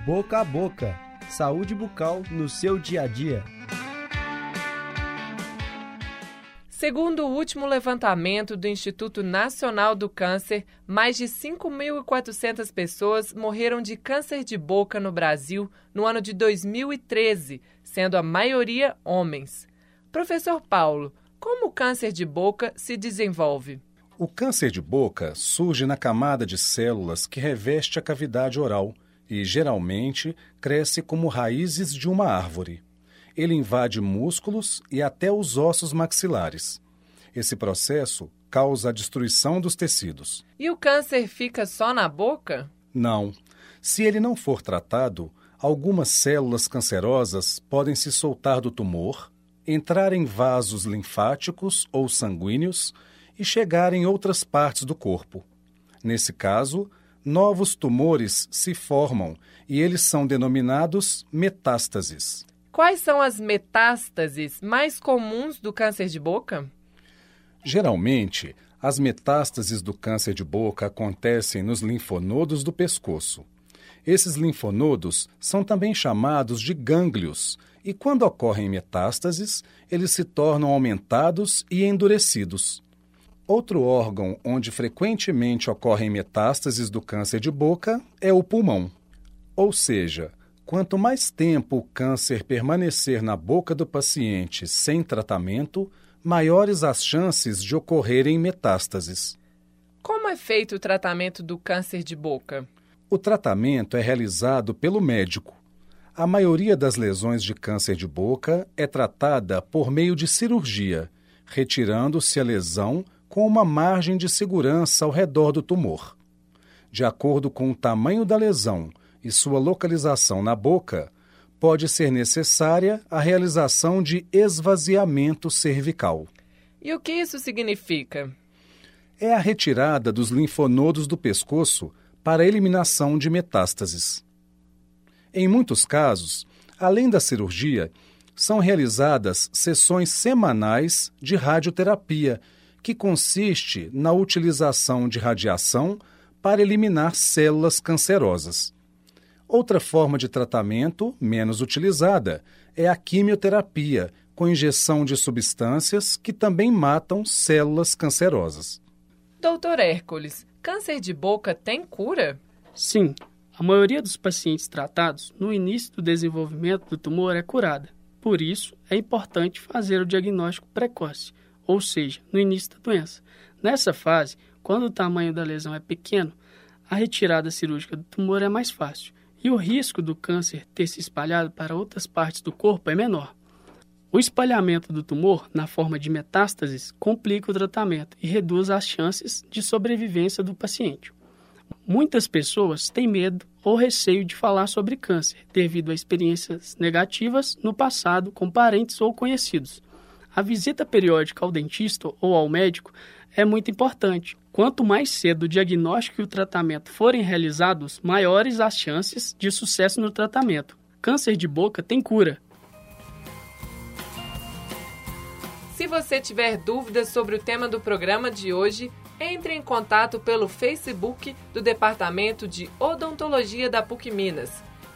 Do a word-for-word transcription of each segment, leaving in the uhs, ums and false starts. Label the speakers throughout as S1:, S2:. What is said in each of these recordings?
S1: Boca a Boca. Saúde bucal no seu dia a dia.
S2: Segundo o último levantamento do Instituto Nacional do Câncer, mais de cinco mil e quatrocentas pessoas morreram de câncer de boca no Brasil no ano de dois mil e treze, sendo a maioria homens. Professor Paulo, como o câncer de boca se desenvolve?
S3: O câncer de boca surge na camada de células que reveste a cavidade oral e, geralmente, cresce como raízes de uma árvore. Ele invade músculos e até os ossos maxilares. Esse processo causa a destruição dos tecidos.
S2: E o câncer fica só na boca?
S3: Não. Se ele não for tratado, algumas células cancerosas podem se soltar do tumor, entrar em vasos linfáticos ou sanguíneos e chegar em outras partes do corpo. Nesse caso, novos tumores se formam e eles são denominados metástases.
S2: Quais são as metástases mais comuns do câncer de boca?
S3: Geralmente, as metástases do câncer de boca acontecem nos linfonodos do pescoço. Esses linfonodos são também chamados de gânglios e, quando ocorrem metástases, eles se tornam aumentados e endurecidos. Outro órgão onde frequentemente ocorrem metástases do câncer de boca é o pulmão. Ou seja, quanto mais tempo o câncer permanecer na boca do paciente sem tratamento, maiores as chances de ocorrerem metástases.
S2: Como é feito o tratamento do câncer de boca?
S3: O tratamento é realizado pelo médico. A maioria das lesões de câncer de boca é tratada por meio de cirurgia, retirando-se a lesão com uma margem de segurança ao redor do tumor. De acordo com o tamanho da lesão e sua localização na boca, pode ser necessária a realização de esvaziamento cervical.
S2: E o que isso significa?
S3: É a retirada dos linfonodos do pescoço para a eliminação de metástases. Em muitos casos, além da cirurgia, são realizadas sessões semanais de radioterapia, que consiste na utilização de radiação para eliminar células cancerosas. Outra forma de tratamento, menos utilizada, é a quimioterapia, com injeção de substâncias que também matam células cancerosas.
S2: doutor Hércules, câncer de boca tem cura?
S4: Sim, a maioria dos pacientes tratados no início do desenvolvimento do tumor é curada. Por isso, é importante fazer o diagnóstico precoce, ou seja, no início da doença. Nessa fase, quando o tamanho da lesão é pequeno, a retirada cirúrgica do tumor é mais fácil e o risco do câncer ter se espalhado para outras partes do corpo é menor. O espalhamento do tumor na forma de metástases complica o tratamento e reduz as chances de sobrevivência do paciente. Muitas pessoas têm medo ou receio de falar sobre câncer devido a experiências negativas no passado com parentes ou conhecidos. A visita periódica ao dentista ou ao médico é muito importante. Quanto mais cedo o diagnóstico e o tratamento forem realizados, maiores as chances de sucesso no tratamento. Câncer de boca tem cura.
S2: Se você tiver dúvidas sobre o tema do programa de hoje, entre em contato pelo Facebook do Departamento de Odontologia da PUC Minas.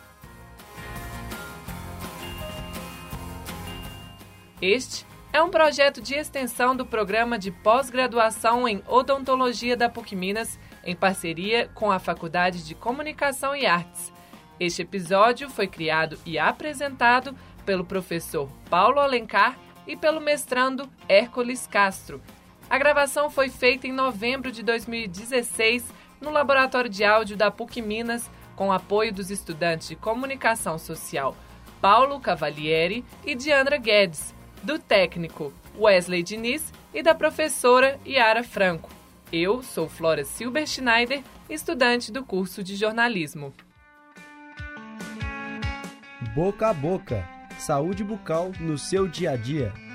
S2: Este é um projeto de extensão do Programa de Pós-Graduação em Odontologia da PUC Minas, em parceria com a Faculdade de Comunicação e Artes. Este episódio foi criado e apresentado pelo professor Paulo Alencar e pelo mestrando Hércules Castro. A gravação foi feita em novembro de dois mil e dezesseis no Laboratório de Áudio da PUC Minas, com apoio dos estudantes de Comunicação Social Paulo Cavalieri e Diandra Guedes, do técnico Wesley Diniz e da professora Yara Franco. Eu sou Flora Silber Schneider, estudante do curso de jornalismo.
S1: Boca a Boca. Saúde bucal no seu dia a dia.